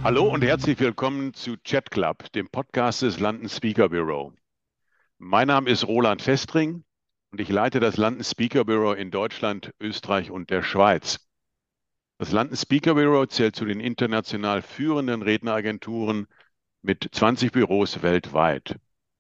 Hallo und herzlich willkommen zu Chat Club, dem Podcast des London Speaker Bureau. Mein Name ist Roland Vestring und ich leite das London Speaker Bureau in Deutschland, Österreich und der Schweiz. Das London Speaker Bureau zählt zu den international führenden Redneragenturen mit 20 Büros weltweit.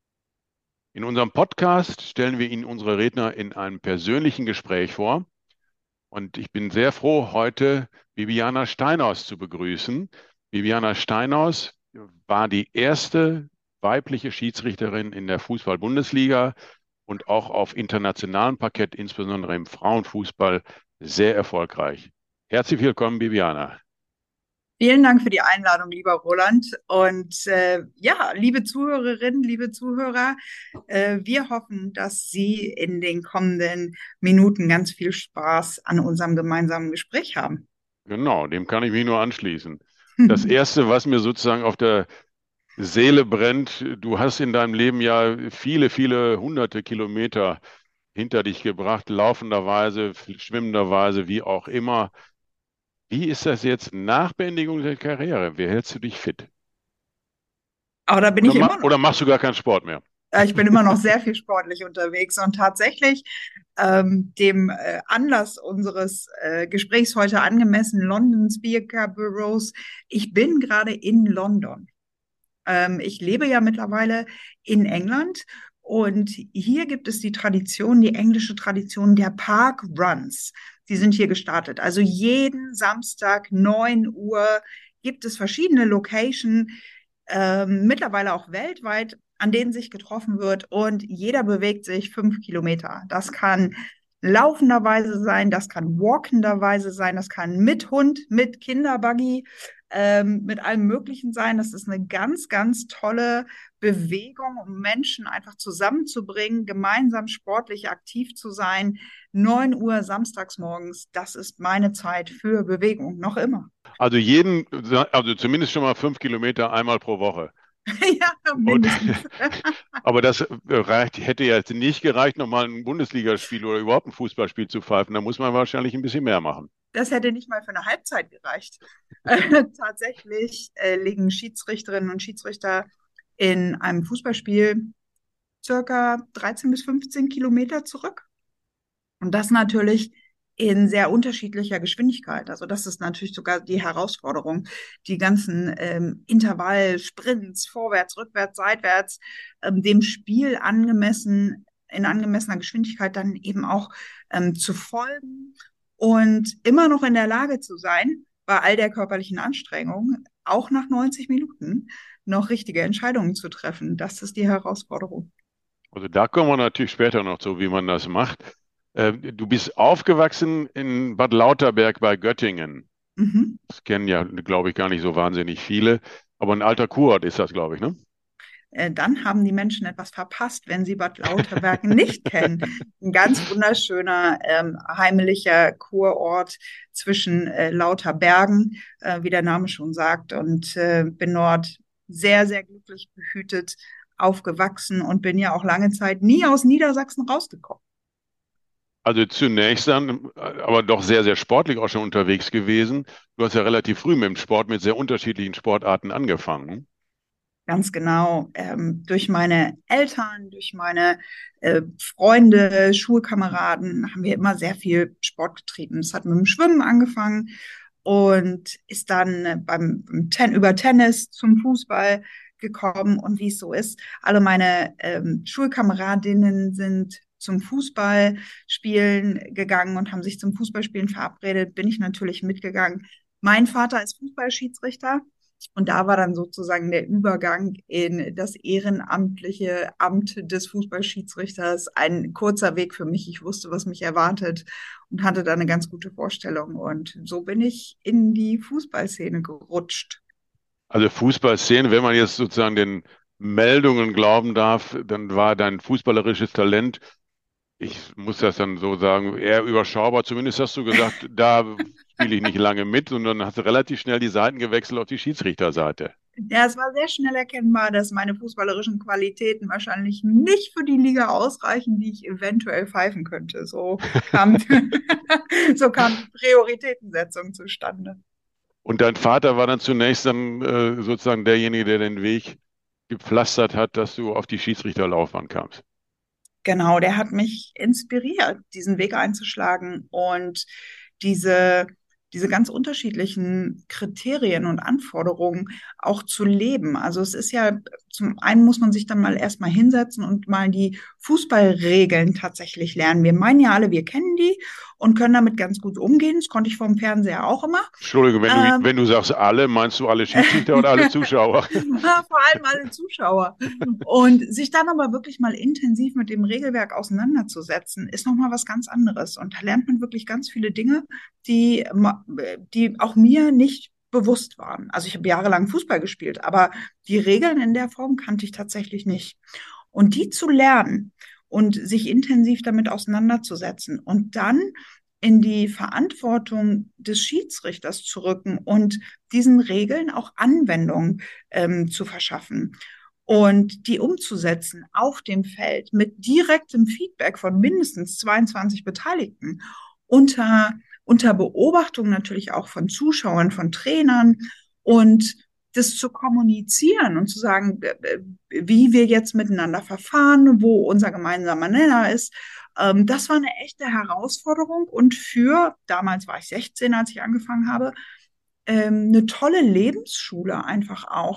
In unserem Podcast stellen wir Ihnen unsere Redner in einem persönlichen Gespräch vor und ich bin sehr froh, heute Bibiana Steinhaus zu begrüßen. Bibiana Steinhaus war die erste weibliche Schiedsrichterin in der Fußball-Bundesliga und auch auf internationalem Parkett, insbesondere im Frauenfußball, sehr erfolgreich. Herzlich willkommen, Bibiana. Vielen Dank für die Einladung, lieber Roland. Und ja, liebe Zuhörerinnen, liebe Zuhörer, wir hoffen, dass Sie in den kommenden Minuten ganz viel Spaß an unserem gemeinsamen Gespräch haben. Genau, dem kann ich mich nur anschließen. Das Erste, was mir sozusagen auf der Seele brennt, du hast in deinem Leben ja viele, viele hunderte Kilometer hinter dich gebracht, laufenderweise, schwimmenderweise, wie auch immer. Wie ist das jetzt nach Beendigung der Karriere? Wie hältst du dich fit? Aber da bin Oder, ich immer noch. oder machst du gar keinen Sport mehr? Ich bin immer noch sehr viel sportlich unterwegs und tatsächlich dem Anlass unseres Gesprächs heute angemessen, London Speaker Bureaus. Ich bin gerade in London. Ich lebe ja mittlerweile in England und hier gibt es die Tradition, die englische Tradition der Park Runs. Die sind hier gestartet. Also jeden Samstag 9 Uhr gibt es verschiedene Locations, mittlerweile auch weltweit, an denen sich getroffen wird und jeder bewegt sich 5 Kilometer. Das kann laufenderweise sein, das kann walkenderweise sein, das kann mit Hund, mit Kinderbuggy, mit allem Möglichen sein. Das ist eine ganz, ganz tolle Bewegung, um Menschen einfach zusammenzubringen, gemeinsam sportlich aktiv zu sein. 9 Uhr samstags morgens, das ist meine Zeit für Bewegung, noch immer. Also also zumindest schon mal 5 Kilometer einmal pro Woche. Ja, Und, mindestens. aber das hätte ja jetzt nicht gereicht, nochmal ein Bundesligaspiel oder überhaupt ein Fußballspiel zu pfeifen. Da muss man wahrscheinlich ein bisschen mehr machen. Das hätte nicht mal für eine Halbzeit gereicht. Tatsächlich liegen Schiedsrichterinnen und Schiedsrichter in einem Fußballspiel circa 13 bis 15 Kilometer zurück. Und das natürlich in sehr unterschiedlicher Geschwindigkeit. Also das ist natürlich sogar die Herausforderung, die ganzen Intervall-Sprints, vorwärts, rückwärts, seitwärts, dem Spiel angemessen, in angemessener Geschwindigkeit dann eben auch zu folgen und immer noch in der Lage zu sein, bei all der körperlichen Anstrengung, auch nach 90 Minuten noch richtige Entscheidungen zu treffen. Das ist die Herausforderung. Also da kommen wir natürlich später noch zu, wie man das macht. Du bist aufgewachsen in Bad Lauterberg bei Göttingen. Mhm. Das kennen ja, glaube ich, gar nicht so wahnsinnig viele. Aber ein alter Kurort ist das, glaube ich, ne? Dann haben die Menschen etwas verpasst, wenn sie Bad Lauterberg nicht kennen. Ein ganz wunderschöner, heimeliger Kurort zwischen lauter Bergen, wie der Name schon sagt, und bin dort sehr, sehr glücklich behütet aufgewachsen und bin ja auch lange Zeit nie aus Niedersachsen rausgekommen. Also zunächst dann, aber doch sehr, sehr sportlich auch schon unterwegs gewesen. Du hast ja relativ früh mit dem Sport, mit sehr unterschiedlichen Sportarten angefangen. Ganz genau. Durch meine Eltern, durch meine Freunde, Schulkameraden haben wir immer sehr viel Sport getrieben. Es hat mit dem Schwimmen angefangen und ist dann über Tennis zum Fußball gekommen. Und wie es so ist, alle meine Schulkameradinnen sind zum Fußballspielen gegangen und haben sich zum Fußballspielen verabredet, bin ich natürlich mitgegangen. Mein Vater ist Fußballschiedsrichter. Und da war dann sozusagen der Übergang in das ehrenamtliche Amt des Fußballschiedsrichters ein kurzer Weg für mich. Ich wusste, was mich erwartet und hatte da eine ganz gute Vorstellung. Und so bin ich in die Fußballszene gerutscht. Also Fußballszene, wenn man jetzt sozusagen den Meldungen glauben darf, dann war dein fußballerisches Talent, ich muss das dann so sagen, eher überschaubar. Zumindest hast du gesagt, da spiele ich nicht lange mit, sondern hast relativ schnell die Seiten gewechselt auf die Schiedsrichterseite. Ja, es war sehr schnell erkennbar, dass meine fußballerischen Qualitäten wahrscheinlich nicht für die Liga ausreichen, die ich eventuell pfeifen könnte. So kam, so kam die Prioritätensetzung zustande. Und dein Vater war dann zunächst dann sozusagen derjenige, der den Weg gepflastert hat, dass du auf die Schiedsrichterlaufbahn kamst. Genau, der hat mich inspiriert, diesen Weg einzuschlagen und diese, diese ganz unterschiedlichen Kriterien und Anforderungen auch zu leben. Also es ist ja, zum einen muss man sich dann mal erstmal hinsetzen und mal die Fußballregeln tatsächlich lernen. Wir meinen ja alle, wir kennen die und können damit ganz gut umgehen. Das konnte ich vom Fernseher auch immer. Entschuldige, Ähm, wenn du sagst alle, meinst du alle Schiedsrichter oder alle Zuschauer? Vor allem alle Zuschauer. Und sich dann aber wirklich mal intensiv mit dem Regelwerk auseinanderzusetzen, ist nochmal was ganz anderes. Und da lernt man wirklich ganz viele Dinge, die auch mir nicht bewusst waren. Also ich habe jahrelang Fußball gespielt, aber die Regeln in der Form kannte ich tatsächlich nicht. Und die zu lernen und sich intensiv damit auseinanderzusetzen und dann in die Verantwortung des Schiedsrichters zu rücken und diesen Regeln auch Anwendung zu verschaffen und die umzusetzen auf dem Feld mit direktem Feedback von mindestens 22 Beteiligten unter, unter Beobachtung natürlich auch von Zuschauern, von Trainern und das zu kommunizieren und zu sagen, wie wir jetzt miteinander verfahren, wo unser gemeinsamer Nenner ist. Das war eine echte Herausforderung und damals war ich 16, als ich angefangen habe, eine tolle Lebensschule einfach auch.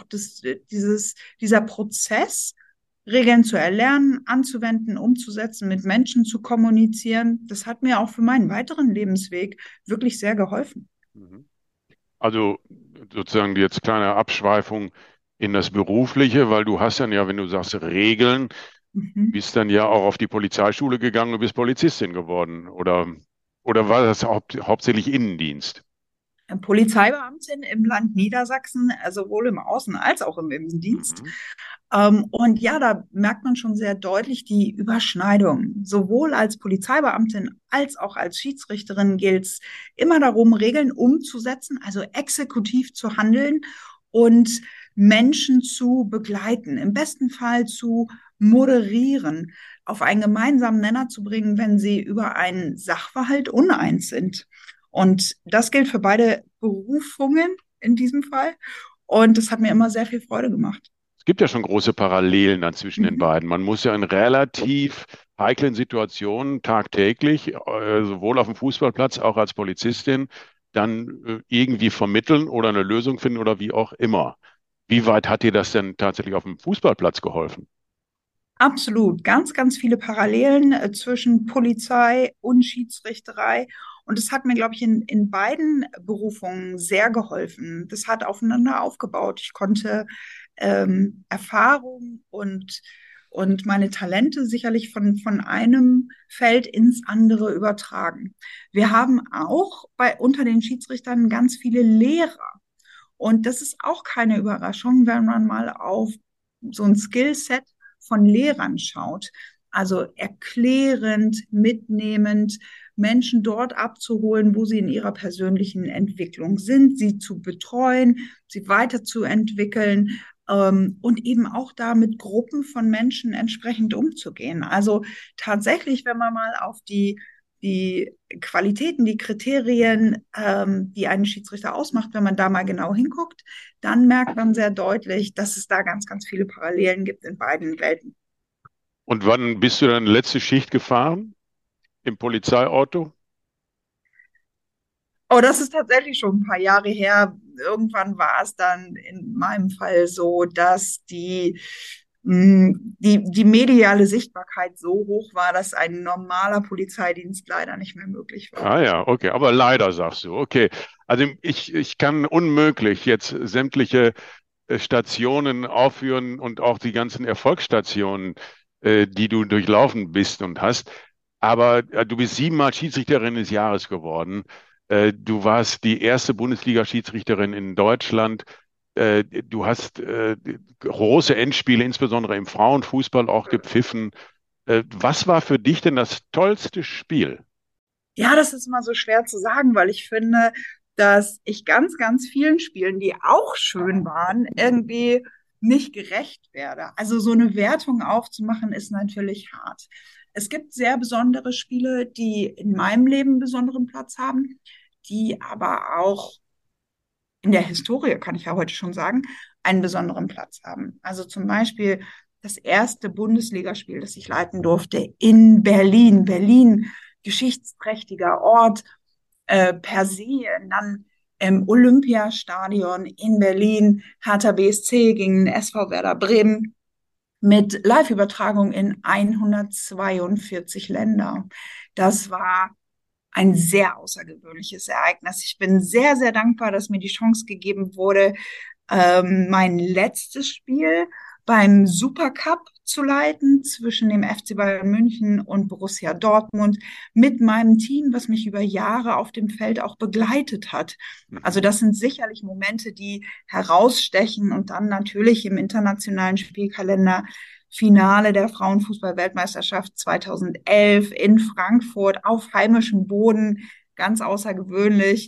Dieser Prozess, Regeln zu erlernen, anzuwenden, umzusetzen, mit Menschen zu kommunizieren, das hat mir auch für meinen weiteren Lebensweg wirklich sehr geholfen. Mhm. Also sozusagen jetzt kleine Abschweifung in das Berufliche, weil du hast dann ja, wenn du sagst Regeln, Mhm. bist dann ja auch auf die Polizeischule gegangen und bist Polizistin geworden. Oder war das hauptsächlich Innendienst? Polizeibeamtin im Land Niedersachsen, sowohl im Außen- als auch im Innendienst. Mhm. Und ja, da merkt man schon sehr deutlich die Überschneidung. Sowohl als Polizeibeamtin als auch als Schiedsrichterin gilt es immer darum, Regeln umzusetzen, also exekutiv zu handeln und Menschen zu begleiten, im besten Fall zu moderieren, auf einen gemeinsamen Nenner zu bringen, wenn sie über einen Sachverhalt uneins sind. Und das gilt für beide Berufungen in diesem Fall. Und das hat mir immer sehr viel Freude gemacht. Es gibt ja schon große Parallelen dann zwischen den Mhm. beiden. Man muss ja in relativ heiklen Situationen tagtäglich, sowohl auf dem Fußballplatz, auch als Polizistin, dann irgendwie vermitteln oder eine Lösung finden oder wie auch immer. Wie weit hat dir das denn tatsächlich auf dem Fußballplatz geholfen? Absolut. Ganz, ganz viele Parallelen zwischen Polizei und Schiedsrichterei. Und das hat mir, glaube ich, in beiden Berufungen sehr geholfen. Das hat aufeinander aufgebaut. Ich konnte Erfahrung und meine Talente sicherlich von einem Feld ins andere übertragen. Wir haben auch unter den Schiedsrichtern ganz viele Lehrer. Und das ist auch keine Überraschung, wenn man mal auf so ein Skillset von Lehrern schaut. Also erklärend, mitnehmend, Menschen dort abzuholen, wo sie in ihrer persönlichen Entwicklung sind, sie zu betreuen, sie weiterzuentwickeln und eben auch da mit Gruppen von Menschen entsprechend umzugehen. Also tatsächlich, wenn man mal auf die Qualitäten, die Kriterien, die einen Schiedsrichter ausmacht, wenn man da mal genau hinguckt, dann merkt man sehr deutlich, dass es da ganz, ganz viele Parallelen gibt in beiden Welten. Und wann bist du dann letzte Schicht gefahren? Im Polizeiauto? Oh, das ist tatsächlich schon ein paar Jahre her. Irgendwann war es dann in meinem Fall so, dass die mediale Sichtbarkeit so hoch war, dass ein normaler Polizeidienst leider nicht mehr möglich war. Ah ja, okay, aber leider sagst du, okay. Also ich kann unmöglich jetzt sämtliche Stationen aufführen und auch die ganzen Erfolgsstationen, die du durchlaufen bist und hast. Aber du bist siebenmal Schiedsrichterin des Jahres geworden. Du warst die erste Bundesliga-Schiedsrichterin in Deutschland. Du hast große Endspiele, insbesondere im Frauenfußball, auch gepfiffen. Was war für dich denn das tollste Spiel? Ja, das ist immer so schwer zu sagen, weil ich finde, dass ich ganz, ganz vielen Spielen, die auch schön waren, irgendwie nicht gerecht werde. Also so eine Wertung aufzumachen, ist natürlich hart. Es gibt sehr besondere Spiele, die in meinem Leben einen besonderen Platz haben, die aber auch in der Historie, kann ich ja heute schon sagen, einen besonderen Platz haben. Also zum Beispiel das erste Bundesligaspiel, das ich leiten durfte, in Berlin. Berlin, geschichtsträchtiger Ort per se. Dann im Olympiastadion in Berlin, Hertha BSC gegen den SV Werder Bremen mit Live-Übertragung in 142 Länder. Das war ein sehr außergewöhnliches Ereignis. Ich bin sehr, sehr dankbar, dass mir die Chance gegeben wurde, mein letztes Spiel beim Supercup zu leiten zwischen dem FC Bayern München und Borussia Dortmund mit meinem Team, was mich über Jahre auf dem Feld auch begleitet hat. Also Mhm. das sind sicherlich Momente, die herausstechen und dann natürlich im internationalen Spielkalender Finale der Frauenfußball-Weltmeisterschaft 2011 in Frankfurt auf heimischem Boden, ganz außergewöhnlich.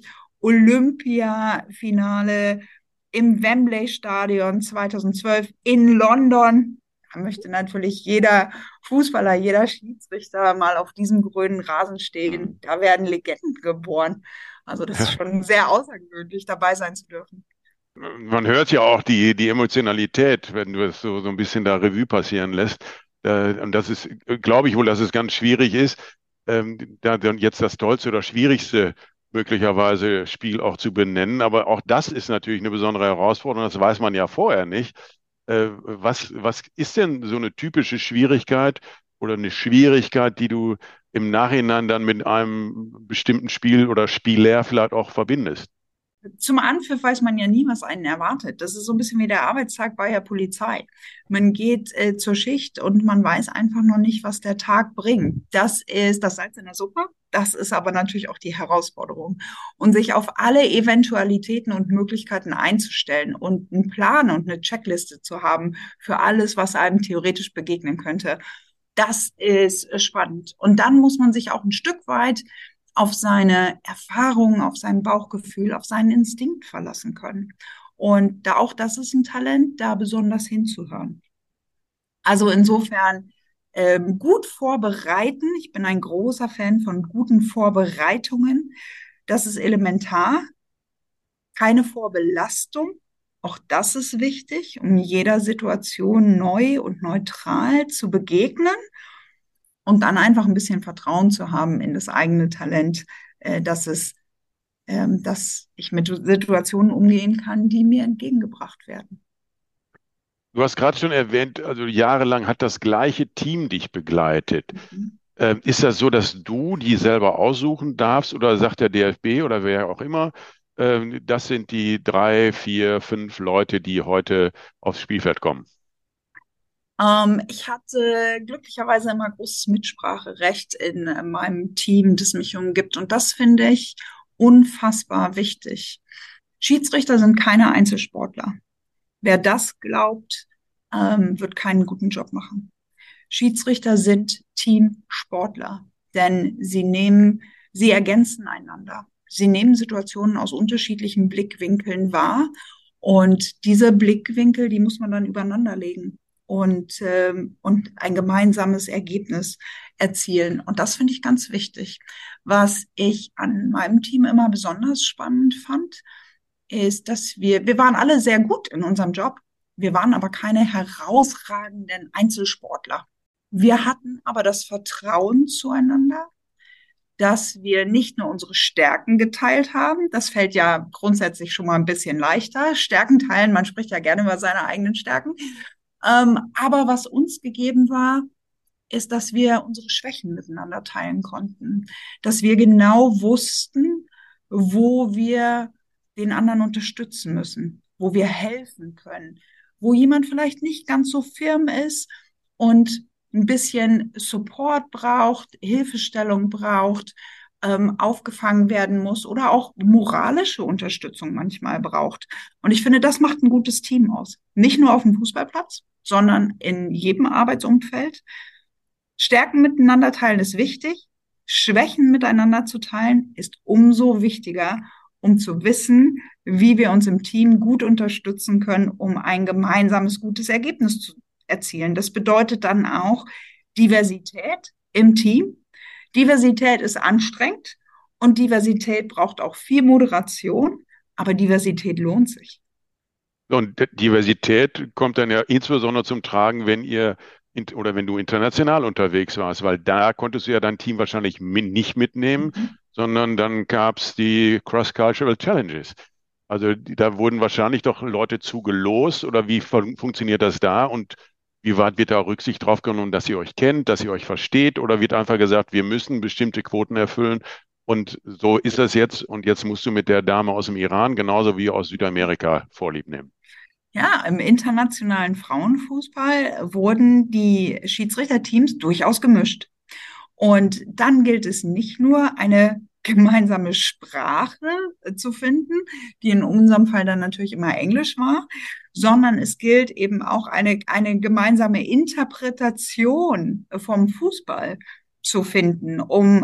Olympia-Finale im Wembley-Stadion 2012 in London. Da möchte natürlich jeder Fußballer, jeder Schiedsrichter mal auf diesem grünen Rasen stehen. Mhm. Da werden Legenden geboren. Also das ist schon sehr außergewöhnlich, dabei sein zu dürfen. Man hört ja auch die Emotionalität, wenn du es so ein bisschen da Revue passieren lässt. Und das ist, glaube ich wohl, dass es ganz schwierig ist, da dann jetzt das tollste oder schwierigste möglicherweise Spiel auch zu benennen. Aber auch das ist natürlich eine besondere Herausforderung. Das weiß man ja vorher nicht. Was ist denn so eine typische Schwierigkeit oder eine Schwierigkeit, die du im Nachhinein dann mit einem bestimmten Spiel oder Spieler vielleicht auch verbindest? Zum Anpfiff weiß man ja nie, was einen erwartet. Das ist so ein bisschen wie der Arbeitstag bei der Polizei. Man geht zur Schicht und man weiß einfach noch nicht, was der Tag bringt. Das ist das Salz in der Suppe. Das ist aber natürlich auch die Herausforderung. Und sich auf alle Eventualitäten und Möglichkeiten einzustellen und einen Plan und eine Checkliste zu haben für alles, was einem theoretisch begegnen könnte. Das ist spannend. Und dann muss man sich auch ein Stück weit auf seine Erfahrungen, auf sein Bauchgefühl, auf seinen Instinkt verlassen können. Und da auch das ist ein Talent, da besonders hinzuhören. Also insofern gut vorbereiten. Ich bin ein großer Fan von guten Vorbereitungen. Das ist elementar. Keine Vorbelastung. Auch das ist wichtig, um jeder Situation neu und neutral zu begegnen und dann einfach ein bisschen Vertrauen zu haben in das eigene Talent, dass dass ich mit Situationen umgehen kann, die mir entgegengebracht werden. Du hast gerade schon erwähnt, also jahrelang hat das gleiche Team dich begleitet. Mhm. Ist das so, dass du die selber aussuchen darfst oder sagt der DFB oder wer auch immer, das sind die drei, vier, fünf Leute, die heute aufs Spielfeld kommen? Ich hatte glücklicherweise immer großes Mitspracherecht in meinem Team, das mich umgibt. Und das finde ich unfassbar wichtig. Schiedsrichter sind keine Einzelsportler. Wer das glaubt, wird keinen guten Job machen. Schiedsrichter sind Teamsportler, denn sie ergänzen einander. Sie nehmen Situationen aus unterschiedlichen Blickwinkeln wahr und diese Blickwinkel, die muss man dann übereinander legen und ein gemeinsames Ergebnis erzielen. Und das finde ich ganz wichtig. Was ich an meinem Team immer besonders spannend fand, ist, dass wir waren alle sehr gut in unserem Job. Wir waren aber keine herausragenden Einzelsportler. Wir hatten aber das Vertrauen zueinander, dass wir nicht nur unsere Stärken geteilt haben. Das fällt ja grundsätzlich schon mal ein bisschen leichter. Stärken teilen, man spricht ja gerne über seine eigenen Stärken. Aber was uns gegeben war, ist, dass wir unsere Schwächen miteinander teilen konnten. Dass wir genau wussten, wo wir den anderen unterstützen müssen, wo wir helfen können, wo jemand vielleicht nicht ganz so firm ist und ein bisschen Support braucht, Hilfestellung braucht, aufgefangen werden muss oder auch moralische Unterstützung manchmal braucht. Und ich finde, das macht ein gutes Team aus. Nicht nur auf dem Fußballplatz, sondern in jedem Arbeitsumfeld. Stärken miteinander teilen ist wichtig. Schwächen miteinander zu teilen ist umso wichtiger, um zu wissen, wie wir uns im Team gut unterstützen können, um ein gemeinsames gutes Ergebnis zu erzielen. Das bedeutet dann auch Diversität im Team. Diversität ist anstrengend und Diversität braucht auch viel Moderation, Aber Diversität lohnt sich. Und Diversität kommt dann ja insbesondere zum Tragen, wenn oder wenn du international unterwegs warst, weil da konntest du ja dein Team wahrscheinlich nicht mitnehmen, Mhm. sondern dann gab es die Cross-Cultural Challenges. Also da wurden wahrscheinlich doch Leute zugelost oder wie funktioniert das da und wie weit wird da Rücksicht drauf genommen, dass ihr euch kennt, dass ihr euch versteht oder wird einfach gesagt, wir müssen bestimmte Quoten erfüllen und so ist das jetzt und jetzt musst du mit der Dame aus dem Iran genauso wie aus Südamerika Vorlieb nehmen. Ja, im internationalen Frauenfußball wurden die Schiedsrichterteams durchaus gemischt. Und dann gilt es nicht nur, eine gemeinsame Sprache zu finden, die in unserem Fall dann natürlich immer Englisch war, sondern es gilt eben auch eine gemeinsame Interpretation vom Fußball zu finden,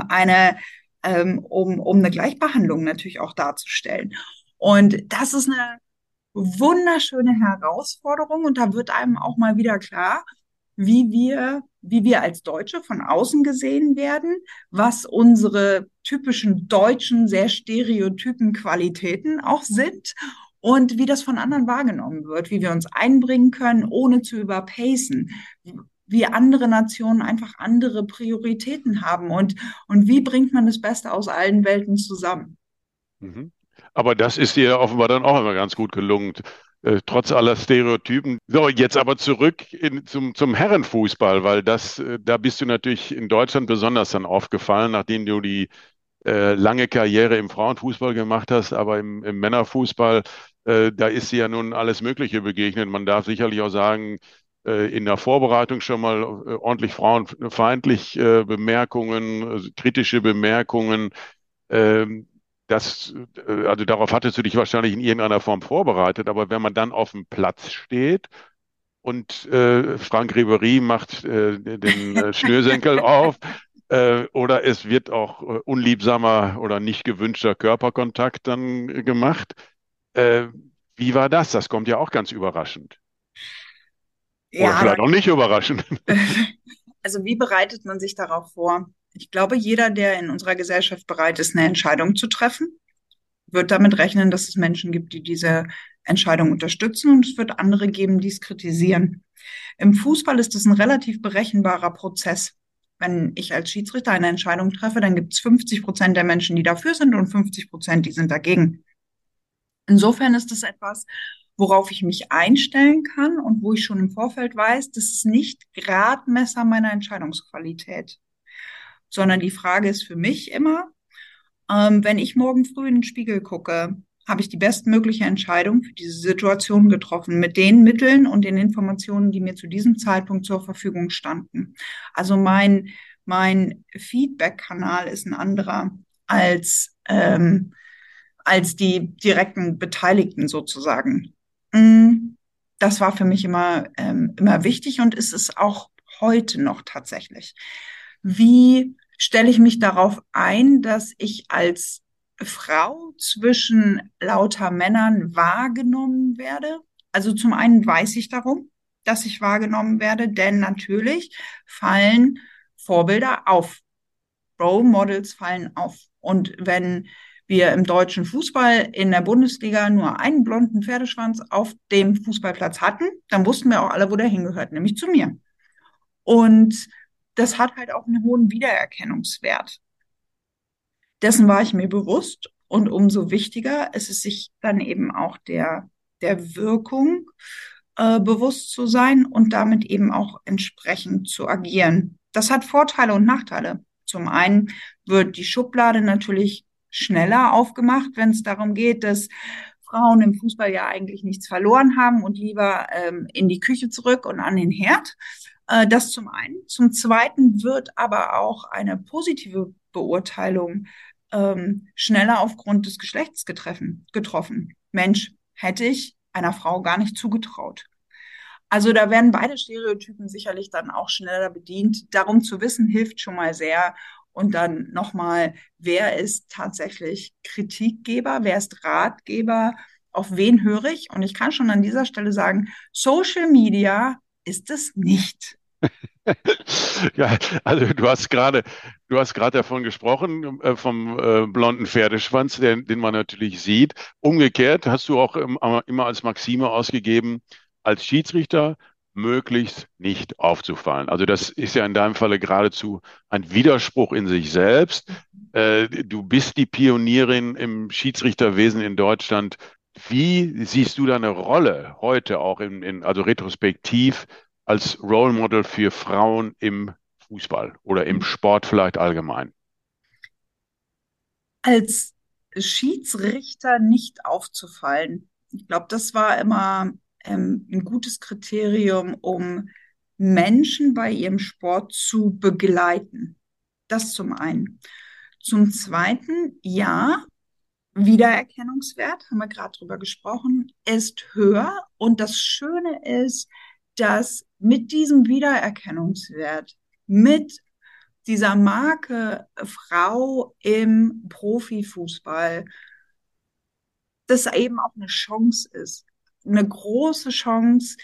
um eine Gleichbehandlung natürlich auch darzustellen. Und das ist eine wunderschöne Herausforderung und da wird einem auch mal wieder klar, wie wir als Deutsche von außen gesehen werden, was unsere typischen deutschen, sehr stereotypen Qualitäten auch sind und wie das von anderen wahrgenommen wird, wie wir uns einbringen können, ohne zu überpacen, wie andere Nationen einfach andere Prioritäten haben und wie bringt man das Beste aus allen Welten zusammen. Mhm. Aber das ist dir offenbar dann auch immer ganz gut gelungen, trotz aller Stereotypen. So, jetzt aber zurück zum Herrenfußball, weil da bist du natürlich in Deutschland besonders dann aufgefallen, nachdem du die lange Karriere im Frauenfußball gemacht hast, aber im Männerfußball, da ist dir ja nun alles Mögliche begegnet. Man darf sicherlich auch sagen, in der Vorbereitung schon mal ordentlich frauenfeindlich Bemerkungen, also kritische Bemerkungen. Ähm, also darauf hattest du dich wahrscheinlich in irgendeiner Form vorbereitet, aber wenn man dann auf dem Platz steht und Frank Ribéry macht den Schnürsenkel auf oder es wird auch unliebsamer oder nicht gewünschter Körperkontakt dann gemacht. Äh, Wie war das? Das kommt ja auch ganz überraschend. Oder Ja, vielleicht auch nicht überraschend. also wie bereitet man sich darauf vor? Ich glaube, jeder, der in unserer Gesellschaft bereit ist, eine Entscheidung zu treffen, wird damit rechnen, dass es Menschen gibt, die diese Entscheidung unterstützen und es wird andere geben, die es kritisieren. Im Fußball ist es ein relativ berechenbarer Prozess. Wenn ich als Schiedsrichter eine Entscheidung treffe, dann gibt es 50% der Menschen, die dafür sind und 50%, die sind dagegen. Insofern ist es etwas, worauf ich mich einstellen kann und wo ich schon im Vorfeld weiß, das ist nicht Gradmesser meiner Entscheidungsqualität, sondern die Frage ist für mich immer, wenn ich morgen früh in den Spiegel gucke, habe ich die bestmögliche Entscheidung für diese Situation getroffen, mit den Mitteln und den Informationen, die mir zu diesem Zeitpunkt zur Verfügung standen. Also mein Feedback-Kanal ist ein anderer als die direkten Beteiligten sozusagen. Mm, Das war für mich immer wichtig und ist es auch heute noch tatsächlich. Wie stelle ich mich darauf ein, dass ich als Frau zwischen lauter Männern wahrgenommen werde? Also zum einen weiß ich darum, dass ich wahrgenommen werde, denn natürlich fallen Vorbilder auf. Role Models fallen auf. Und wenn wir im deutschen Fußball in der Bundesliga nur einen blonden Pferdeschwanz auf dem Fußballplatz hatten, dann wussten wir auch alle, wo der hingehört, nämlich zu mir. Und das hat halt auch einen hohen Wiedererkennungswert. Dessen war ich mir bewusst und umso wichtiger ist es sich dann eben auch der Wirkung bewusst zu sein und damit eben auch entsprechend zu agieren. Das hat Vorteile und Nachteile. Zum einen wird die Schublade natürlich schneller aufgemacht, wenn es darum geht, dass Frauen im Fußball ja eigentlich nichts verloren haben und lieber in die Küche zurück und an den Herd. Das zum einen. Zum zweiten wird aber auch eine positive Beurteilung schneller aufgrund des Geschlechts getroffen. Mensch, hätte ich einer Frau gar nicht zugetraut. Also da werden beide Stereotypen sicherlich dann auch schneller bedient. Darum zu wissen, hilft schon mal sehr. Und dann nochmal, wer ist tatsächlich Kritikgeber, wer ist Ratgeber, auf wen höre ich? Und ich kann schon an dieser Stelle sagen, Social Media ist es nicht. Ja, also du hast gerade davon gesprochen, vom blonden Pferdeschwanz, den man natürlich sieht. Umgekehrt hast du auch immer als Maxime ausgegeben, als Schiedsrichter möglichst nicht aufzufallen. Also das ist ja in deinem Falle geradezu ein Widerspruch in sich selbst. Du bist die Pionierin im Schiedsrichterwesen in Deutschland. Wie siehst du deine Rolle heute auch also retrospektiv als Role Model für Frauen im Fußball oder im Sport vielleicht allgemein? Als Schiedsrichter nicht aufzufallen. Ich glaube, das war immer ein gutes Kriterium, um Menschen bei ihrem Sport zu begleiten. Das zum einen. Zum zweiten, ja, Wiedererkennungswert, haben wir gerade drüber gesprochen, ist höher. Und das Schöne ist, dass mit diesem Wiedererkennungswert, mit dieser Marke Frau im Profifußball, das eben auch eine Chance ist. Eine große Chance,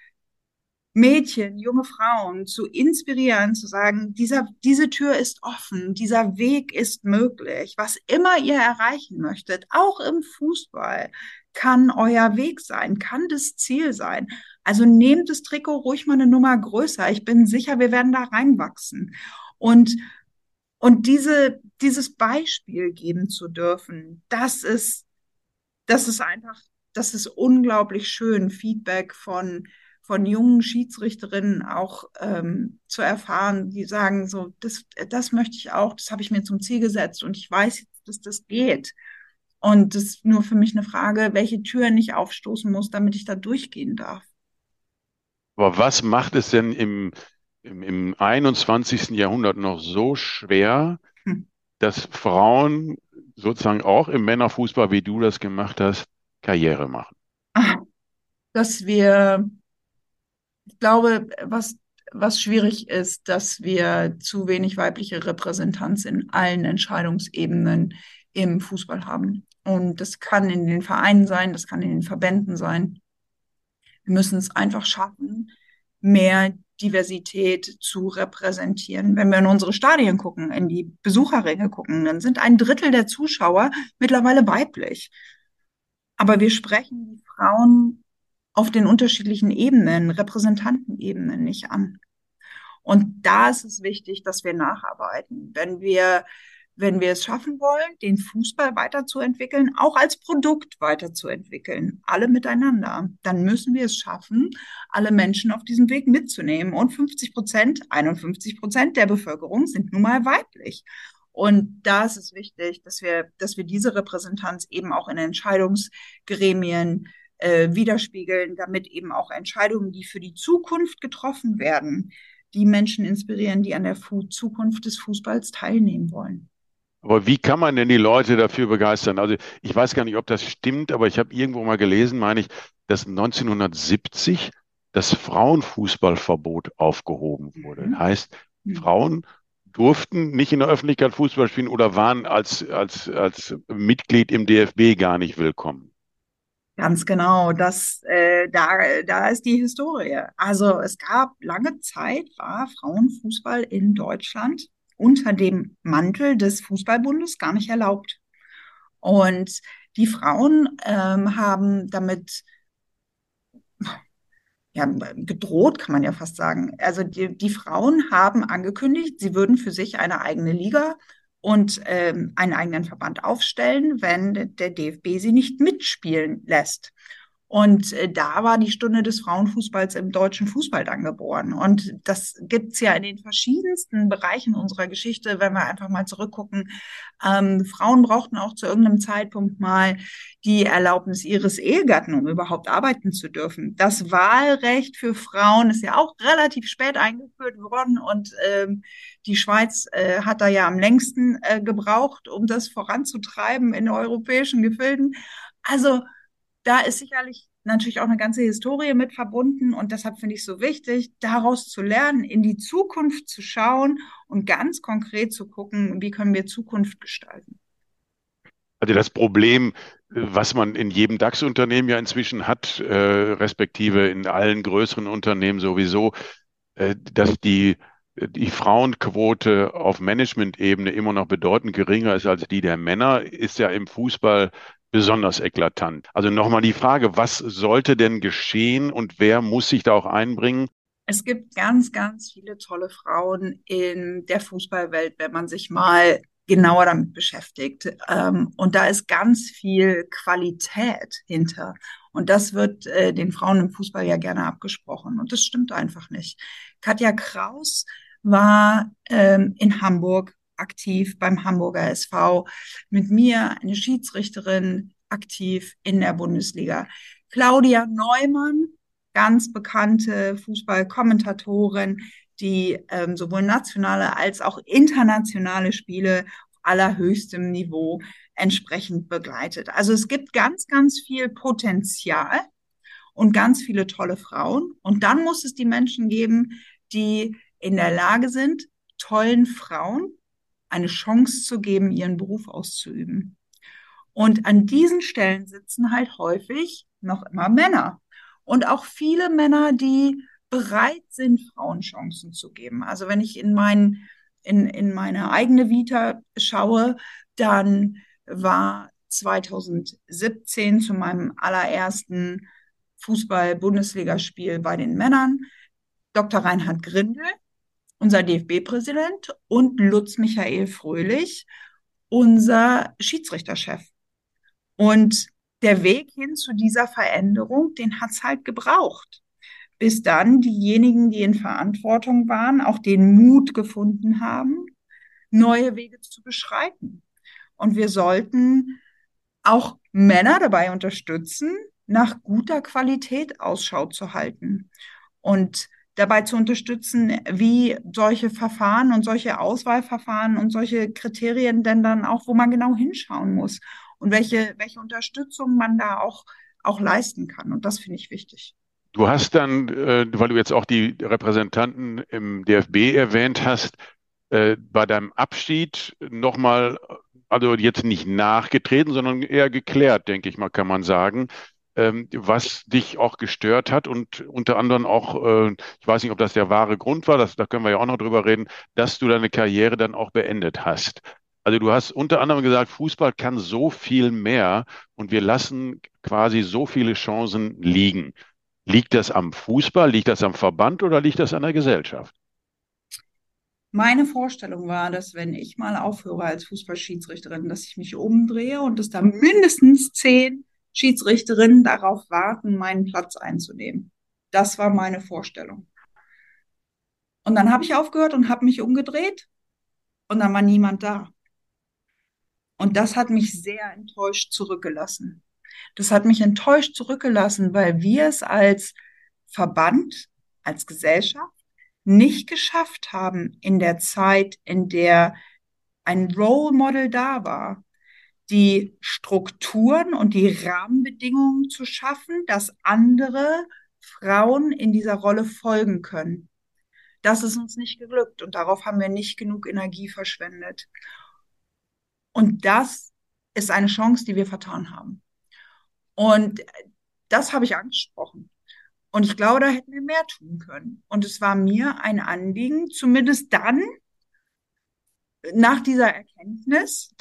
Mädchen, junge Frauen zu inspirieren, zu sagen, diese Tür ist offen, dieser Weg ist möglich. Was immer ihr erreichen möchtet, auch im Fußball, kann euer Weg sein, kann das Ziel sein. Also nehmt das Trikot ruhig mal eine Nummer größer. Ich bin sicher, wir werden da reinwachsen. Und, und dieses Beispiel geben zu dürfen, das ist einfach, das ist unglaublich schön, Feedback von jungen Schiedsrichterinnen auch zu erfahren, die sagen, so, das möchte ich auch, das habe ich mir zum Ziel gesetzt und ich weiß jetzt, dass das geht. Und das ist nur für mich eine Frage, welche Türen ich aufstoßen muss, damit ich da durchgehen darf. Aber was macht es denn im 21. Jahrhundert noch so schwer, Hm. dass Frauen sozusagen auch im Männerfußball, wie du das gemacht hast, Karriere machen? Ah, dass wir, ich glaube, was schwierig ist, dass wir zu wenig weibliche Repräsentanz in allen Entscheidungsebenen im Fußball haben. Und das kann in den Vereinen sein, das kann in den Verbänden sein. Wir müssen es einfach schaffen, mehr Diversität zu repräsentieren. Wenn wir in unsere Stadien gucken, in die Besucherränge gucken, dann sind ein Drittel der Zuschauer mittlerweile weiblich. Aber wir sprechen die Frauen auf den unterschiedlichen Ebenen, Repräsentantenebenen nicht an. Und da ist es wichtig, dass wir nacharbeiten. Wenn wir es schaffen wollen, den Fußball weiterzuentwickeln, auch als Produkt weiterzuentwickeln, alle miteinander, dann müssen wir es schaffen, alle Menschen auf diesem Weg mitzunehmen. Und 50%, 51% der Bevölkerung sind nun mal weiblich. Und da ist es wichtig, dass wir diese Repräsentanz eben auch in Entscheidungsgremien widerspiegeln, damit eben auch Entscheidungen, die für die Zukunft getroffen werden, die Menschen inspirieren, die an der Zukunft des Fußballs teilnehmen wollen. Aber wie kann man denn die Leute dafür begeistern? Also ich weiß gar nicht, ob das stimmt, aber ich habe irgendwo mal gelesen, meine ich, dass 1970 das Frauenfußballverbot aufgehoben wurde. Mhm. Heißt, Mhm. Frauen durften nicht in der Öffentlichkeit Fußball spielen oder waren als Mitglied im DFB gar nicht willkommen. Ganz genau, da ist die Historie. Also es gab lange Zeit, war Frauenfußball in Deutschland unter dem Mantel des Fußballbundes gar nicht erlaubt. Und die Frauen haben damit ja, gedroht, kann man ja fast sagen. Also die Frauen haben angekündigt, sie würden für sich eine eigene Liga und einen eigenen Verband aufstellen, wenn der DFB sie nicht mitspielen lässt. Und da war die Stunde des Frauenfußballs im deutschen Fußball dann geboren. Und das gibt's ja in den verschiedensten Bereichen unserer Geschichte, wenn wir einfach mal zurückgucken. Frauen brauchten auch zu irgendeinem Zeitpunkt mal die Erlaubnis ihres Ehegatten, um überhaupt arbeiten zu dürfen. Das Wahlrecht für Frauen ist ja auch relativ spät eingeführt worden und die Schweiz hat da ja am längsten gebraucht, um das voranzutreiben in europäischen Gefilden. Also da ist sicherlich natürlich auch eine ganze Historie mit verbunden und deshalb finde ich es so wichtig, daraus zu lernen, in die Zukunft zu schauen und ganz konkret zu gucken, wie können wir Zukunft gestalten. Also das Problem, was man in jedem DAX-Unternehmen ja inzwischen hat, respektive in allen größeren Unternehmen sowieso, dass die Frauenquote auf Management-Ebene immer noch bedeutend geringer ist als die der Männer, ist ja im Fußball besonders eklatant. Also nochmal die Frage, was sollte denn geschehen und wer muss sich da auch einbringen? Es gibt ganz, ganz viele tolle Frauen in der Fußballwelt, wenn man sich mal genauer damit beschäftigt. Und da ist ganz viel Qualität hinter. Und das wird den Frauen im Fußball ja gerne abgesprochen. Und das stimmt einfach nicht. Katja Kraus war in Hamburg aktiv beim Hamburger SV. Mit mir eine Schiedsrichterin aktiv in der Bundesliga. Claudia Neumann, ganz bekannte Fußballkommentatorin, die sowohl nationale als auch internationale Spiele auf allerhöchstem Niveau entsprechend begleitet. Also es gibt ganz, ganz viel Potenzial und ganz viele tolle Frauen. Und dann muss es die Menschen geben, die in der Lage sind, tollen Frauen eine Chance zu geben, ihren Beruf auszuüben. Und an diesen Stellen sitzen halt häufig noch immer Männer. Und auch viele Männer, die bereit sind, Frauen Chancen zu geben. Also wenn ich in meine eigene Vita schaue, dann war 2017 zu meinem allerersten Fußball-Bundesligaspiel bei den Männern Dr. Reinhard Grindel, unser DFB-Präsident, und Lutz Michael Fröhlich, unser Schiedsrichterchef. Und der Weg hin zu dieser Veränderung, den hat es halt gebraucht, bis dann diejenigen, die in Verantwortung waren, auch den Mut gefunden haben, neue Wege zu beschreiten. Und wir sollten auch Männer dabei unterstützen, nach guter Qualität Ausschau zu halten und dabei zu unterstützen, wie solche Verfahren und solche Auswahlverfahren und solche Kriterien denn dann auch, wo man genau hinschauen muss und welche Unterstützung man da auch leisten kann. Und das finde ich wichtig. Du hast dann, weil du jetzt auch die Repräsentanten im DFB erwähnt hast, bei deinem Abschied nochmal, also jetzt nicht nachgetreten, sondern eher geklärt, denke ich mal, kann man sagen, was dich auch gestört hat und unter anderem auch, ich weiß nicht, ob das der wahre Grund war, da können wir ja auch noch drüber reden, dass du deine Karriere dann auch beendet hast. Also du hast unter anderem gesagt, Fußball kann so viel mehr und wir lassen quasi so viele Chancen liegen. Liegt das am Fußball, liegt das am Verband oder liegt das an der Gesellschaft? Meine Vorstellung war, dass wenn ich mal aufhöre als Fußballschiedsrichterin, dass ich mich umdrehe und dass da mindestens 10 Schiedsrichterinnen darauf warten, meinen Platz einzunehmen. Das war meine Vorstellung. Und dann habe ich aufgehört und habe mich umgedreht und dann war niemand da. Und das hat mich sehr enttäuscht zurückgelassen. Das hat mich enttäuscht zurückgelassen, weil wir es als Verband, als Gesellschaft nicht geschafft haben in der Zeit, in der ein Role Model da war, die Strukturen und die Rahmenbedingungen zu schaffen, dass andere Frauen in dieser Rolle folgen können. Das ist uns nicht geglückt und darauf haben wir nicht genug Energie verschwendet. Und das ist eine Chance, die wir vertan haben. Und das habe ich angesprochen. Und ich glaube, da hätten wir mehr tun können. Und es war mir ein Anliegen, zumindest dann nach dieser Erkenntnis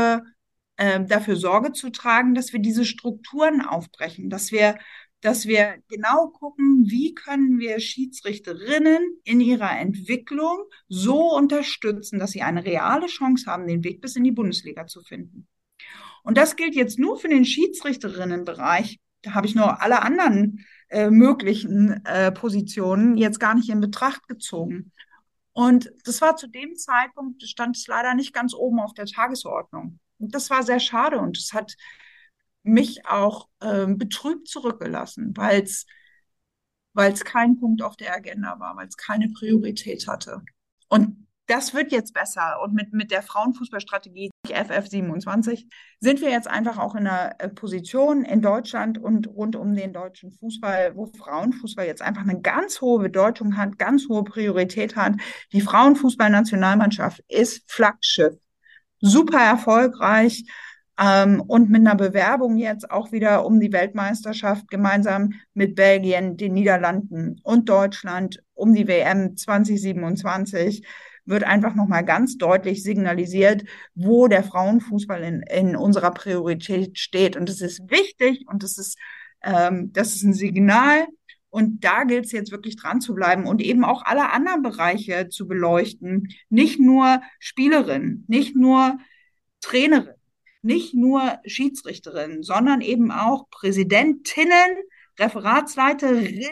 dafür Sorge zu tragen, dass wir diese Strukturen aufbrechen, dass wir genau gucken, wie können wir Schiedsrichterinnen in ihrer Entwicklung so unterstützen, dass sie eine reale Chance haben, den Weg bis in die Bundesliga zu finden. Und das gilt jetzt nur für den Schiedsrichterinnenbereich. Da habe ich nur alle anderen möglichen Positionen jetzt gar nicht in Betracht gezogen. Und das war zu dem Zeitpunkt, stand es leider nicht ganz oben auf der Tagesordnung. Und das war sehr schade und es hat mich auch betrübt zurückgelassen, weil es kein Punkt auf der Agenda war, weil es keine Priorität hatte. Und das wird jetzt besser. Und mit der Frauenfußballstrategie FF27 sind wir jetzt einfach auch in einer Position in Deutschland und rund um den deutschen Fußball, wo Frauenfußball jetzt einfach eine ganz hohe Bedeutung hat, ganz hohe Priorität hat. Die Frauenfußballnationalmannschaft ist Flaggschiff, super erfolgreich. und mit einer Bewerbung jetzt auch wieder um die Weltmeisterschaft gemeinsam mit Belgien, den Niederlanden und Deutschland um die WM 2027 wird einfach nochmal ganz deutlich signalisiert, wo der Frauenfußball in unserer Priorität steht. Und das ist wichtig und das ist ein Signal. Und da gilt es jetzt wirklich dran zu bleiben und eben auch alle anderen Bereiche zu beleuchten. Nicht nur Spielerinnen, nicht nur Trainerin, nicht nur Schiedsrichterinnen, sondern eben auch Präsidentinnen, Referatsleiterinnen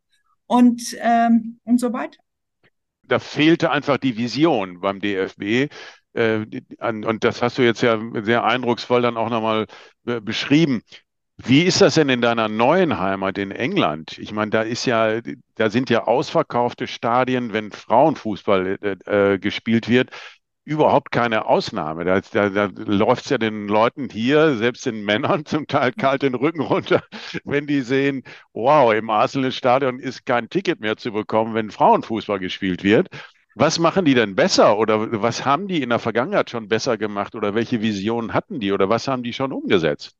und so weiter. Da fehlte einfach die Vision beim DFB. Und das hast du jetzt ja sehr eindrucksvoll dann auch nochmal beschrieben. Wie ist das denn in deiner neuen Heimat in England? Ich meine, da sind ja ausverkaufte Stadien, wenn Frauenfußball gespielt wird, überhaupt keine Ausnahme. Da läuft es ja den Leuten hier, selbst den Männern, zum Teil kalt den Rücken runter, wenn die sehen, wow, im Arsenal-Stadion ist kein Ticket mehr zu bekommen, wenn Frauenfußball gespielt wird. Was machen die denn besser oder was haben die in der Vergangenheit schon besser gemacht oder welche Visionen hatten die oder was haben die schon umgesetzt?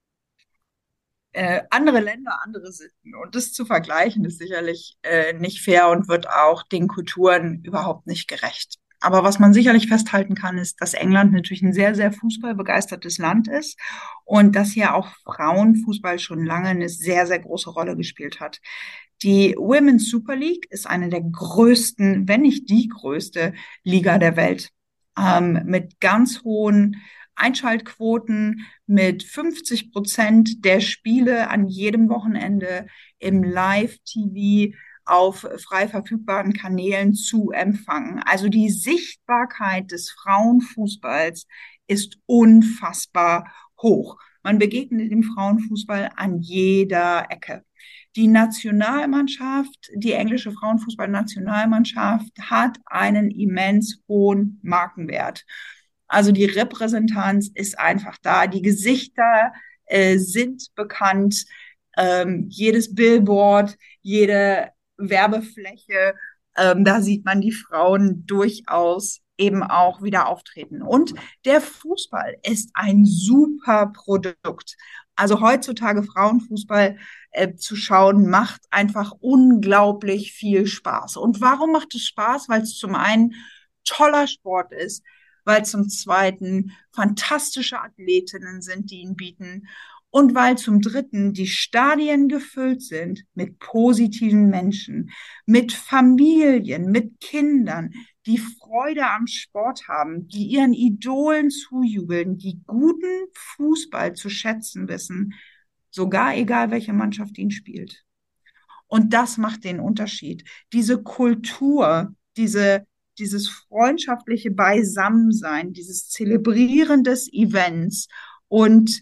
Andere Länder, andere Sitten. Und das zu vergleichen, ist sicherlich nicht fair und wird auch den Kulturen überhaupt nicht gerecht. Aber was man sicherlich festhalten kann, ist, dass England natürlich ein sehr, sehr fußballbegeistertes Land ist und dass hier auch Frauenfußball schon lange eine sehr, sehr große Rolle gespielt hat. Die Women's Super League ist eine der größten, wenn nicht die größte Liga der Welt, mit ganz hohen Einschaltquoten, mit 50% der Spiele an jedem Wochenende im Live-TV auf frei verfügbaren Kanälen zu empfangen. Also die Sichtbarkeit des Frauenfußballs ist unfassbar hoch. Man begegnet dem Frauenfußball an jeder Ecke. Die Nationalmannschaft, die englische Frauenfußballnationalmannschaft hat einen immens hohen Markenwert. Also die Repräsentanz ist einfach da. Die Gesichter sind bekannt. Jedes Billboard, jede Werbefläche, da sieht man die Frauen durchaus eben auch wieder auftreten. Und der Fußball ist ein super Produkt. Also heutzutage Frauenfußball zu schauen, macht einfach unglaublich viel Spaß. Und warum macht es Spaß? Weil es zum einen toller Sport ist, weil zum Zweiten fantastische Athletinnen sind, die ihn bieten und weil zum Dritten die Stadien gefüllt sind mit positiven Menschen, mit Familien, mit Kindern, die Freude am Sport haben, die ihren Idolen zujubeln, die guten Fußball zu schätzen wissen, sogar egal welche Mannschaft ihn spielt. Und das macht den Unterschied. Diese Kultur, dieses freundschaftliche Beisammensein, dieses Zelebrieren des Events und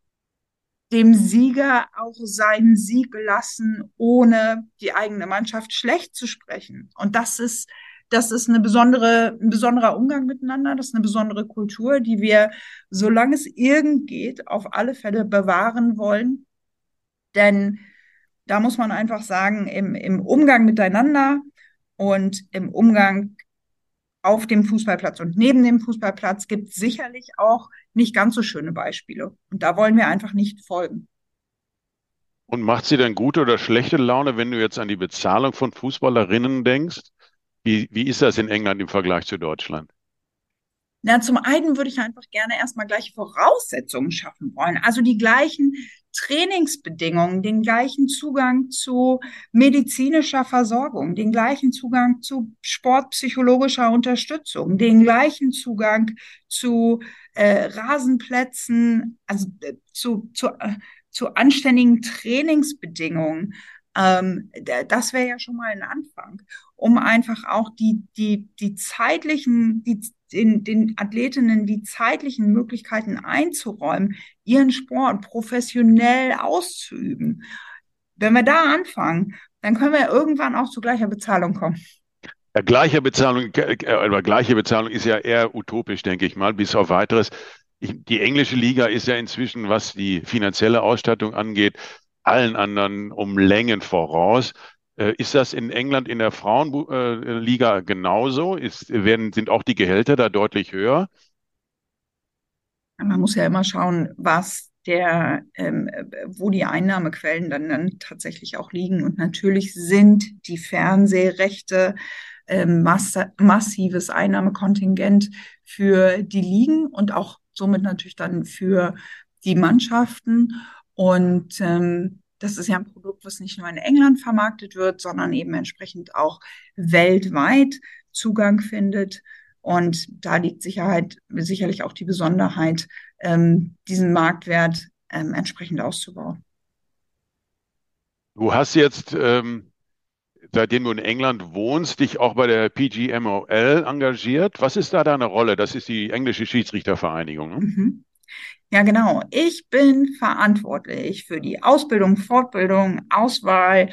dem Sieger auch seinen Sieg lassen, ohne die eigene Mannschaft schlecht zu sprechen. Und das ist ein besonderer Umgang miteinander, das ist eine besondere Kultur, die wir, solange es irgend geht, auf alle Fälle bewahren wollen. Denn da muss man einfach sagen, im Umgang miteinander und im Umgang auf dem Fußballplatz und neben dem Fußballplatz gibt es sicherlich auch nicht ganz so schöne Beispiele. Und da wollen wir einfach nicht folgen. Und macht sie denn gute oder schlechte Laune, wenn du jetzt an die Bezahlung von Fußballerinnen denkst? Wie ist das in England im Vergleich zu Deutschland? Na, zum einen würde ich einfach gerne erstmal gleiche Voraussetzungen schaffen wollen. Also die gleichen Trainingsbedingungen, den gleichen Zugang zu medizinischer Versorgung, den gleichen Zugang zu sportpsychologischer Unterstützung, den gleichen Zugang zu Rasenplätzen, also zu anständigen Trainingsbedingungen. Das wäre ja schon mal ein Anfang, um einfach auch die zeitlichen, den Athletinnen die zeitlichen Möglichkeiten einzuräumen, ihren Sport professionell auszuüben. Wenn wir da anfangen, dann können wir irgendwann auch zu gleicher Bezahlung kommen. Gleiche Bezahlung ist ja eher utopisch, denke ich mal, bis auf weiteres. Die englische Liga ist ja inzwischen, was die finanzielle Ausstattung angeht, allen anderen um Längen voraus. Ist das in England in der Frauenliga genauso? Sind auch die Gehälter da deutlich höher? Man muss ja immer schauen, wo die Einnahmequellen dann tatsächlich auch liegen. Und natürlich sind die Fernsehrechte massives Einnahmekontingent für die Ligen und auch somit natürlich dann für die Mannschaften. Und das ist ja ein Produkt, was nicht nur in England vermarktet wird, sondern eben entsprechend auch weltweit Zugang findet. Und da liegt sicherlich auch die Besonderheit, diesen Marktwert entsprechend auszubauen. Du hast jetzt, seitdem du in England wohnst, dich auch bei der PGMOL engagiert. Was ist da deine Rolle? Das ist die englische Schiedsrichtervereinigung, ne? Mhm. Ja, genau. Ich bin verantwortlich für die Ausbildung, Fortbildung, Auswahl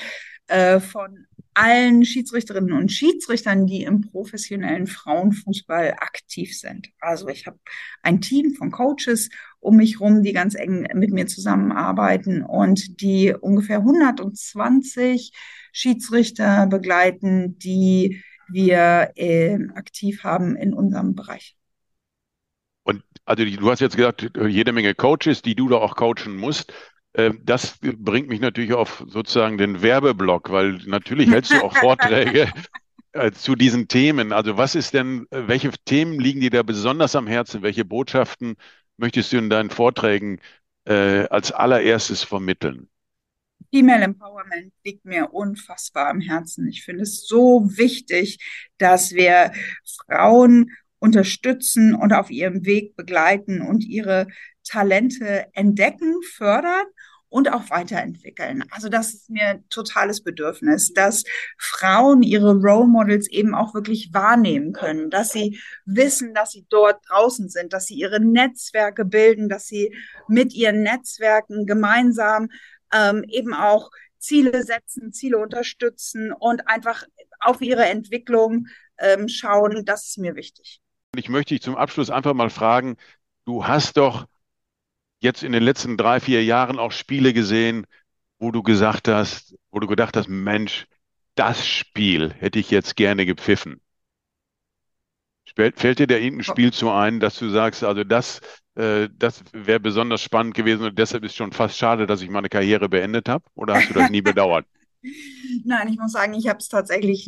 von allen Schiedsrichterinnen und Schiedsrichtern, die im professionellen Frauenfußball aktiv sind. Also ich habe ein Team von Coaches um mich rum, die ganz eng mit mir zusammenarbeiten und die ungefähr 120 Schiedsrichter begleiten, die wir aktiv haben in unserem Bereich. Und also du hast jetzt gesagt, jede Menge Coaches, die du da auch coachen musst. Das bringt mich natürlich auf sozusagen den Werbeblock, weil natürlich hältst du auch Vorträge zu diesen Themen. Also was ist denn, welche Themen liegen dir da besonders am Herzen? Welche Botschaften möchtest du in deinen Vorträgen als allererstes vermitteln? Female Empowerment liegt mir unfassbar am Herzen. Ich finde es so wichtig, dass wir Frauen unterstützen und auf ihrem Weg begleiten und ihre Talente entdecken, fördern und auch weiterentwickeln. Also das ist mir ein totales Bedürfnis, dass Frauen ihre Role Models eben auch wirklich wahrnehmen können, dass sie wissen, dass sie dort draußen sind, dass sie ihre Netzwerke bilden, dass sie mit ihren Netzwerken gemeinsam eben auch Ziele setzen, Ziele unterstützen und einfach auf ihre Entwicklung schauen. Das ist mir wichtig. Ich möchte dich zum Abschluss einfach mal fragen, du hast doch jetzt in den letzten 3, 4 Jahren auch Spiele gesehen, wo du gesagt hast, wo du gedacht hast, Mensch, das Spiel hätte ich jetzt gerne gepfiffen. Fällt dir da irgendein Spiel zu ein, dass du sagst, also das wäre besonders spannend gewesen und deshalb ist schon fast schade, dass ich meine Karriere beendet habe? Oder hast du das nie bedauert? Nein, ich muss sagen, ich habe es tatsächlich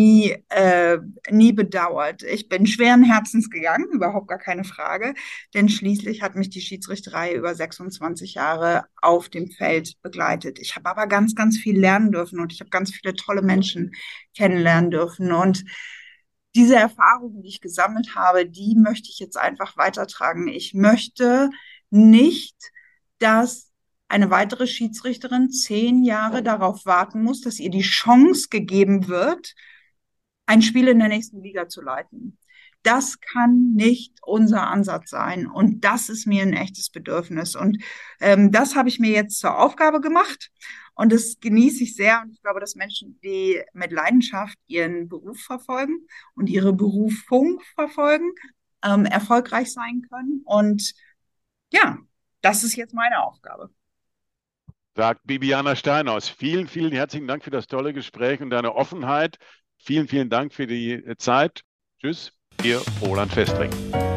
nie bedauert. Ich bin schweren Herzens gegangen, überhaupt gar keine Frage, denn schließlich hat mich die Schiedsrichterei über 26 Jahre auf dem Feld begleitet. Ich habe aber ganz, ganz viel lernen dürfen und ich habe ganz viele tolle Menschen kennenlernen dürfen und diese Erfahrungen, die ich gesammelt habe, die möchte ich jetzt einfach weitertragen. Ich möchte nicht, dass eine weitere Schiedsrichterin 10 Jahre darauf warten muss, dass ihr die Chance gegeben wird, ein Spiel in der nächsten Liga zu leiten. Das kann nicht unser Ansatz sein. Und das ist mir ein echtes Bedürfnis. Und das habe ich mir jetzt zur Aufgabe gemacht. Und das genieße ich sehr. Und ich glaube, dass Menschen, die mit Leidenschaft ihren Beruf verfolgen und ihre Berufung verfolgen, erfolgreich sein können. Und ja, das ist jetzt meine Aufgabe. Sagt Bibiana Steinhaus. Vielen, vielen herzlichen Dank für das tolle Gespräch und deine Offenheit. Vielen, vielen Dank für die Zeit. Tschüss, Ihr Roland Festring.